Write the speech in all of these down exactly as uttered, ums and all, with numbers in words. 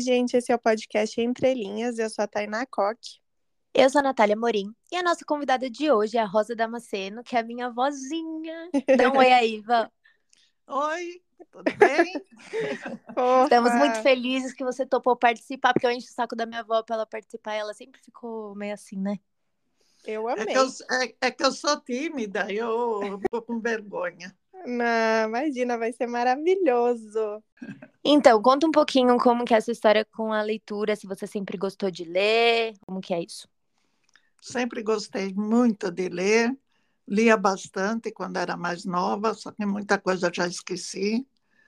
gente, esse é o podcast Entre Linhas, eu sou a Tainá Coque. Eu sou a Natália Morim e a nossa convidada de hoje é a Rosa Damasceno, que é a minha vozinha. Dá um oi aí, Vã. Oi, tudo bem? Estamos muito felizes que você topou participar, porque eu encho o saco da minha avó para ela participar e ela sempre ficou meio assim, né? Eu amei. É que eu, é, é que eu sou tímida, eu tô com vergonha. Não, imagina, vai ser maravilhoso. Então, conta um pouquinho como que é essa história com a leitura, se você sempre gostou de ler, como que é isso? Sempre gostei muito de ler, lia bastante quando era mais nova, só que muita coisa eu já esqueci,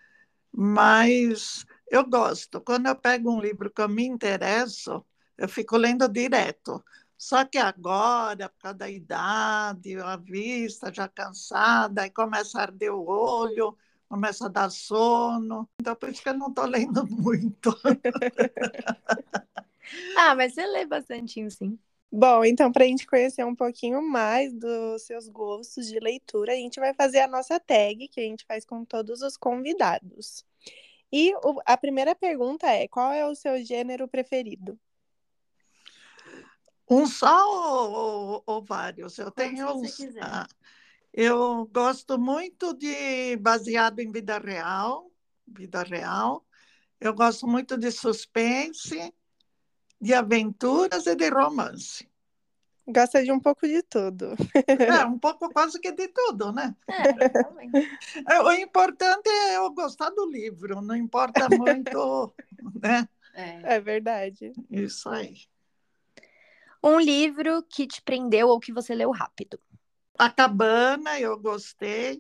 mas eu gosto. Quando eu pego um livro que eu me interesso, eu fico lendo direto. Só que agora, por causa da idade, a vista já cansada, aí começa a arder o olho, começa a dar sono. Então, por isso que eu não estou lendo muito. Ah, mas você lê bastante, sim. Bom, então, para a gente conhecer um pouquinho mais dos seus gostos de leitura, a gente vai fazer a nossa tag, que a gente faz com todos os convidados. E o, a primeira pergunta é: qual é o seu gênero preferido? Um só ou, ou, ou vários? Eu Quantos tenho você uns. quiser. Ah, eu gosto muito de baseado em vida real, vida real. Eu gosto muito de suspense, de aventuras e de romance. Gosta de um pouco de tudo. É, um pouco quase que de tudo, né? É, realmente. O importante é eu gostar do livro, não importa muito, né? É. É verdade. Isso aí. Um livro que te prendeu ou que você leu rápido? A Cabana, eu gostei.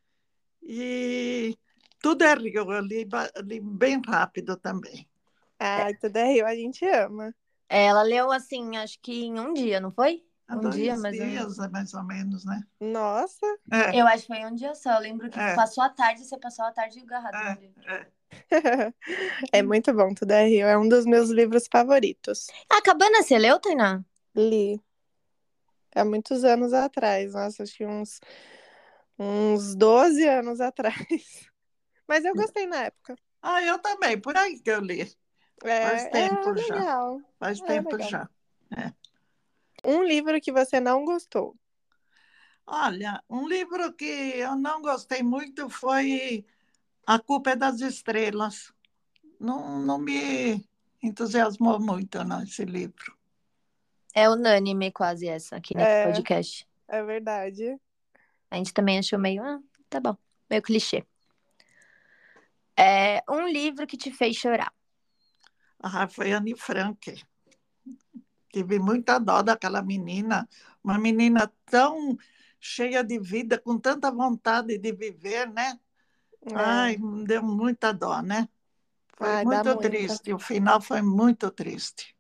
E tudo é Rio, eu li, li bem rápido também. Ai, tudo é Rio, a gente ama. Ela leu, assim, acho que em um dia, não foi? Há Um dois dia, mais ou dias, menos. mais ou menos, né? Nossa! É, Eu acho que foi um dia só. Eu lembro que é, passou a tarde, você passou a tarde agarrado no é, livro. é. É muito bom, Tudo é Rio. É um dos meus livros favoritos. A Cabana, você leu, Tainá? Li há muitos anos atrás. Nossa, acho que uns, uns doze anos atrás. Mas eu gostei na época. Ah, eu também, por aí que eu li. Faz É, é tempo já. legal. Faz É tempo legal. já. É. Um livro que você não gostou. Olha, um livro que eu não gostei muito foi A Culpa é das Estrelas. Não, não me entusiasmou muito, não, esse livro. É unânime quase essa aqui nesse É, podcast. é verdade. A gente também achou meio, ah, tá bom, meio clichê. É um livro que te fez chorar. Ah, foi Anne Frank. Tive muita dó daquela menina, uma menina tão cheia de vida, com tanta vontade de viver, né? É. Ai, me deu muita dó, né? Foi Ai, dá muito muita. triste, o final foi muito triste.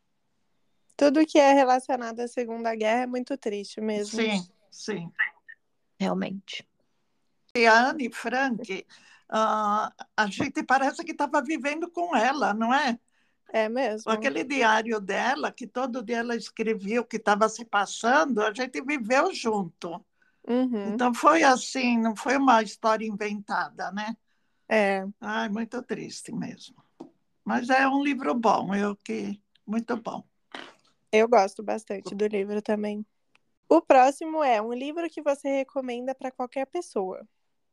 Tudo que é relacionado à Segunda Guerra é muito triste mesmo. Sim, sim. Realmente. E a Anne Frank, ah, a gente parece que estava vivendo com ela, não é? É mesmo. Aquele diário dela, que todo dia ela escrevia o que estava se passando, a gente viveu junto. Uhum. Então foi assim, não foi uma história inventada, né? É, Ai, muito triste mesmo. Mas é um livro bom, eu que muito bom. eu gosto bastante do livro também. O próximo é um livro que você recomenda para qualquer pessoa.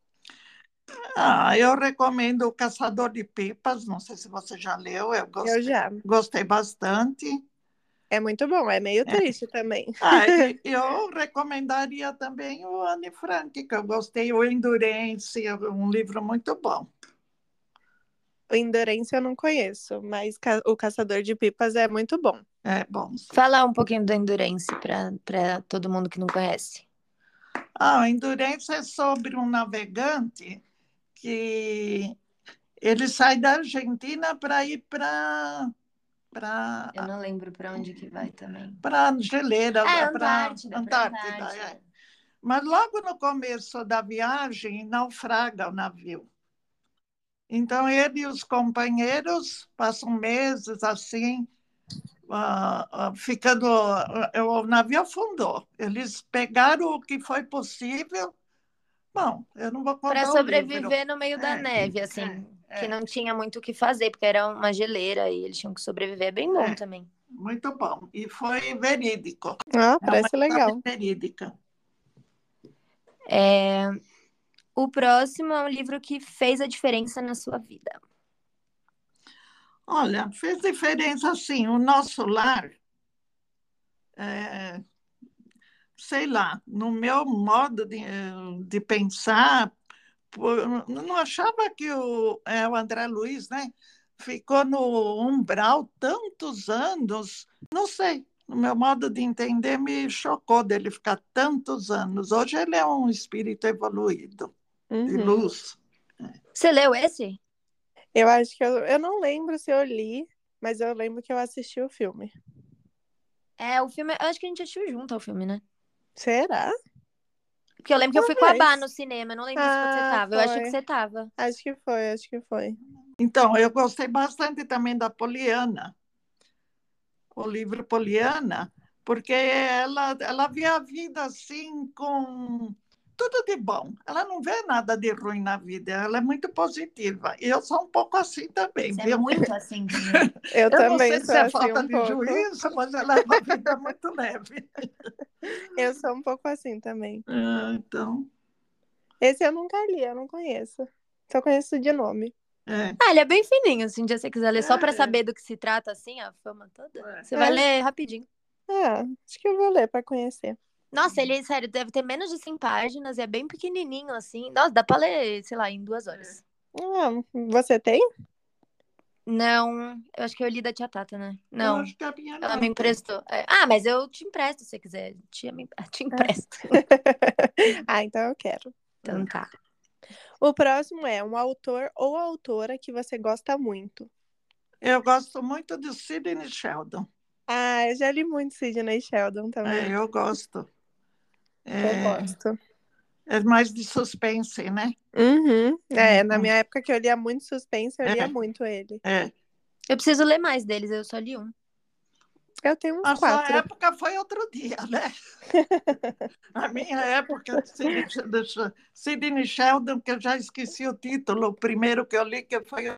Ah, eu recomendo O Caçador de Pipas, não sei se você já leu, eu Eu gostei, já. gostei bastante. É muito bom, é meio É. triste também. Ah, e eu recomendaria também o Anne Frank, que eu gostei, o Endurance, um livro muito bom. O Endurance eu não conheço, mas ca- o Caçador de Pipas é muito bom. É bom. Sim. Falar um pouquinho do Endurance para todo mundo que não conhece. Ah, o Endurance é sobre um navegante que ele sai da Argentina para ir para para Eu não lembro para onde que vai também. para geleira, É, para Antártida, pra Antártida. Antártida. É. Mas logo no começo da viagem naufraga o navio. Então ele e os companheiros passam meses assim, uh, uh, ficando. Uh, o navio afundou. Eles pegaram o que foi possível. Bom, eu não vou Para contar o livro. sobreviver no meio da É, neve, assim. que é. não tinha muito o que fazer, porque era uma geleira e eles tinham que sobreviver. É bem bom É. também. Muito bom. E foi verídico. Ah, É uma parece história legal. verídica. É, O próximo é um livro que fez a diferença na sua vida. Olha, fez diferença sim. O Nosso Lar, é, sei lá, no meu modo de, de pensar, por- não achava que o, é, o André Luiz, né, ficou no umbral tantos anos. Não sei, no meu modo de entender, me chocou dele ficar tantos anos. Hoje ele é um espírito evoluído, de Uhum. luz. Você leu esse? Eu acho que eu, eu não lembro se eu li, mas eu lembro que eu assisti o filme. É, o filme. Eu acho que a gente assistiu junto ao filme, né? Será? Porque eu lembro que eu fui com a Bá Talvez. no cinema. Eu não lembro se você Ah, tava. Eu achei que foi. você tava. Acho que foi, acho que foi. Então, eu gostei bastante também da Poliana, o livro Poliana, porque ela, ela vê a vida assim com tudo de bom. Ela não vê nada de ruim na vida, ela é muito positiva. E eu sou um pouco assim também, Você é viu? muito assim também. Eu Eu não também sei sou se é assim falta um de pouco. juízo, mas ela leva a vida muito leve. Eu sou um pouco assim também. Ah, então, Esse eu nunca li, eu não conheço. Só conheço de nome. é, Ah, ele é bem fininho, assim, se você quiser ler só pra é, saber do que se trata, assim, a fama toda. é. Você vai É. ler rapidinho. Ah, acho que eu vou ler pra conhecer. Nossa, ele, sério, deve ter menos de cem páginas e é bem pequenininho, assim. Nossa, dá pra ler, sei lá, em duas horas. Ah, você tem? Não, eu acho que eu li da tia Tata, né? Eu Não, acho que a minha ela não me tem. emprestou. É, Ah, mas eu te empresto se você quiser. Tia, me... te Ah. empresto. Ah, então eu quero. Então tá. O próximo é um autor ou autora que você gosta muito. Eu gosto muito de Sidney Sheldon. Ah, eu já li muito Sidney Sheldon É, também. eu gosto. Eu É, gosto. é mais de suspense, né? Uhum. É, na Uhum. minha época que eu lia muito suspense, eu lia É, muito ele. é. Eu preciso ler mais deles, eu só li um. Eu tenho uns A sua quatro. época foi outro dia, né? A minha época, Sidney Sidney Sheldon, que eu já esqueci o título, o primeiro que eu li, que foi.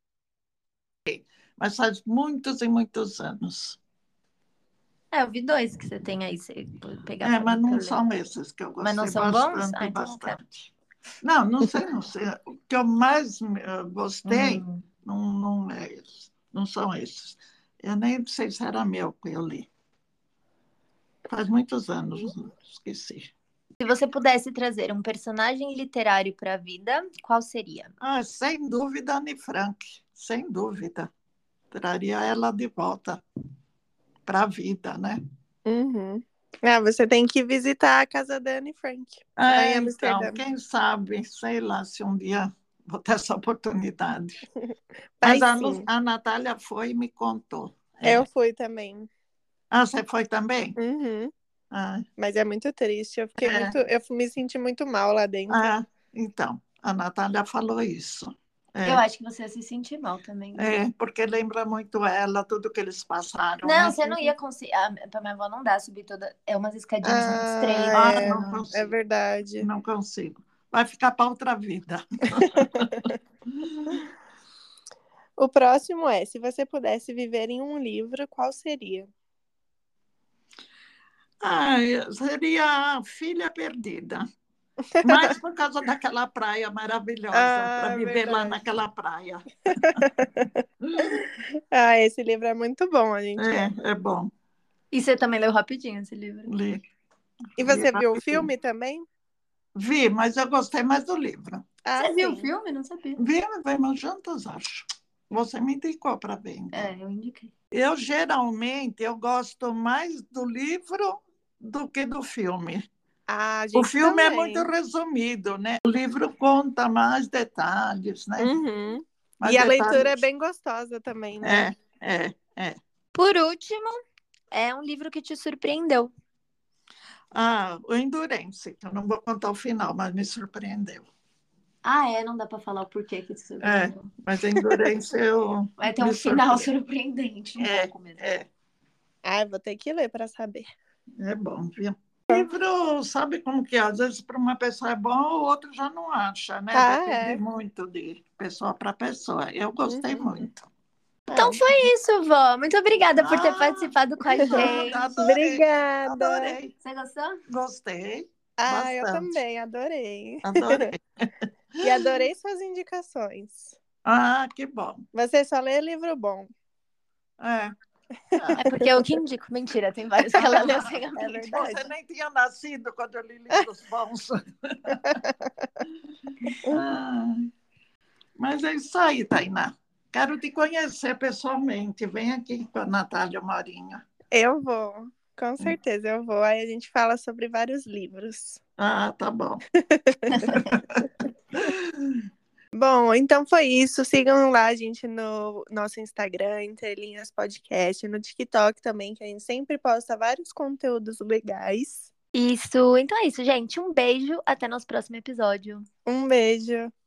Mas faz muitos e muitos anos. É, eu vi dois que você tem aí, você pode pegar É, pra mas mim pra não eu ler. são esses que eu Mas não gostei são bons? bastante, Ah, então não quero. bastante. Não, não sei, não sei. O que eu mais eh, gostei Hum. não, não é esse, não são esses. Eu nem sei se era meu que eu li. Faz muitos anos, esqueci. Se você pudesse trazer um personagem literário para a vida, qual seria? Ah, sem dúvida, Anne Frank, sem dúvida. Traria ela de volta para a vida, né? Uhum. Ah, você tem que visitar a casa da Anne Frank, lá em É, então, Amsterdã. quem sabe, sei lá, se um dia vou ter essa oportunidade. Vai Mas a, Lu- sim. a Natália foi e me contou. Eu É. fui também. Ah, você foi também? Uhum. Ah, Mas é muito triste. Eu fiquei é. muito. Eu me senti muito mal lá dentro. Ah, então, a Natália falou isso. Eu É, acho que você ia se sentir mal também. é, porque lembra muito ela, tudo que eles passaram, Não, né? você não ia conseguir. Ah, pra minha avó não dá subir toda. É umas escadinhas muito Ah, estreitas. Ah, é. não É consigo, verdade. não consigo. Vai ficar para outra vida. O próximo é: se você pudesse viver em um livro, qual seria? Ah, seria a Filha Perdida. Mas por causa daquela praia maravilhosa, para Ah, viver lá verdade. naquela praia. Ah, esse livro é muito bom, a gente É, ama. é bom. E você também leu rapidinho esse livro. Li, E li você viu o rapidinho. filme também? Vi, mas eu gostei mais do livro. Ah, Você viu o sim. filme? Não sabia. Vi, vemos juntos, acho. Você me indicou para ver, então. É, eu indiquei. Eu, geralmente, eu gosto mais do livro do que do filme. Ah, a O gente filme é muito também. resumido, né? O livro conta mais detalhes, né? Uhum. Mais E a leitura é detalhes. bem gostosa também, né? É, é, é. Por último, é um livro que te surpreendeu. Ah, o Endurance, que eu não vou contar o final, mas me surpreendeu. Ah, é? Não dá pra falar o porquê que te É, surpreendeu. mas Endurance eu Vai ter um me final surpreendo. surpreendente, um É, pouco mesmo. é, Ah, vou ter que ler para saber. é bom, viu? Livro, sabe como que é? Às vezes para uma pessoa é bom, o outro já não acha, né? Ah, Depende é. muito de pessoa para pessoa. Eu gostei Uhum. muito. Então É. foi isso, vó. Muito obrigada por ter Ah, participado com a nada, gente. adorei, Obrigada. adorei. Você gostou? Gostei Ah, eu bastante. também, adorei. Adorei. E adorei suas indicações. Ah, que bom. Você só lê livro bom. É. É porque eu que indico. Mentira, tem vários que ela leu sem a É mim. verdade. Você nem tinha nascido quando eu li livros bons. Ah, mas é isso aí, Tainá. Quero te conhecer pessoalmente. Vem aqui com a Natália Morinho. Eu vou, com certeza eu vou. Aí a gente fala sobre vários livros. Ah, tá bom. Bom, então foi isso. Sigam lá a gente no nosso Instagram, Entre Linhas Podcast, no TikTok também, que a gente sempre posta vários conteúdos legais. Isso. Então é isso, gente. Um beijo. Até nosso próximo episódio. Um beijo.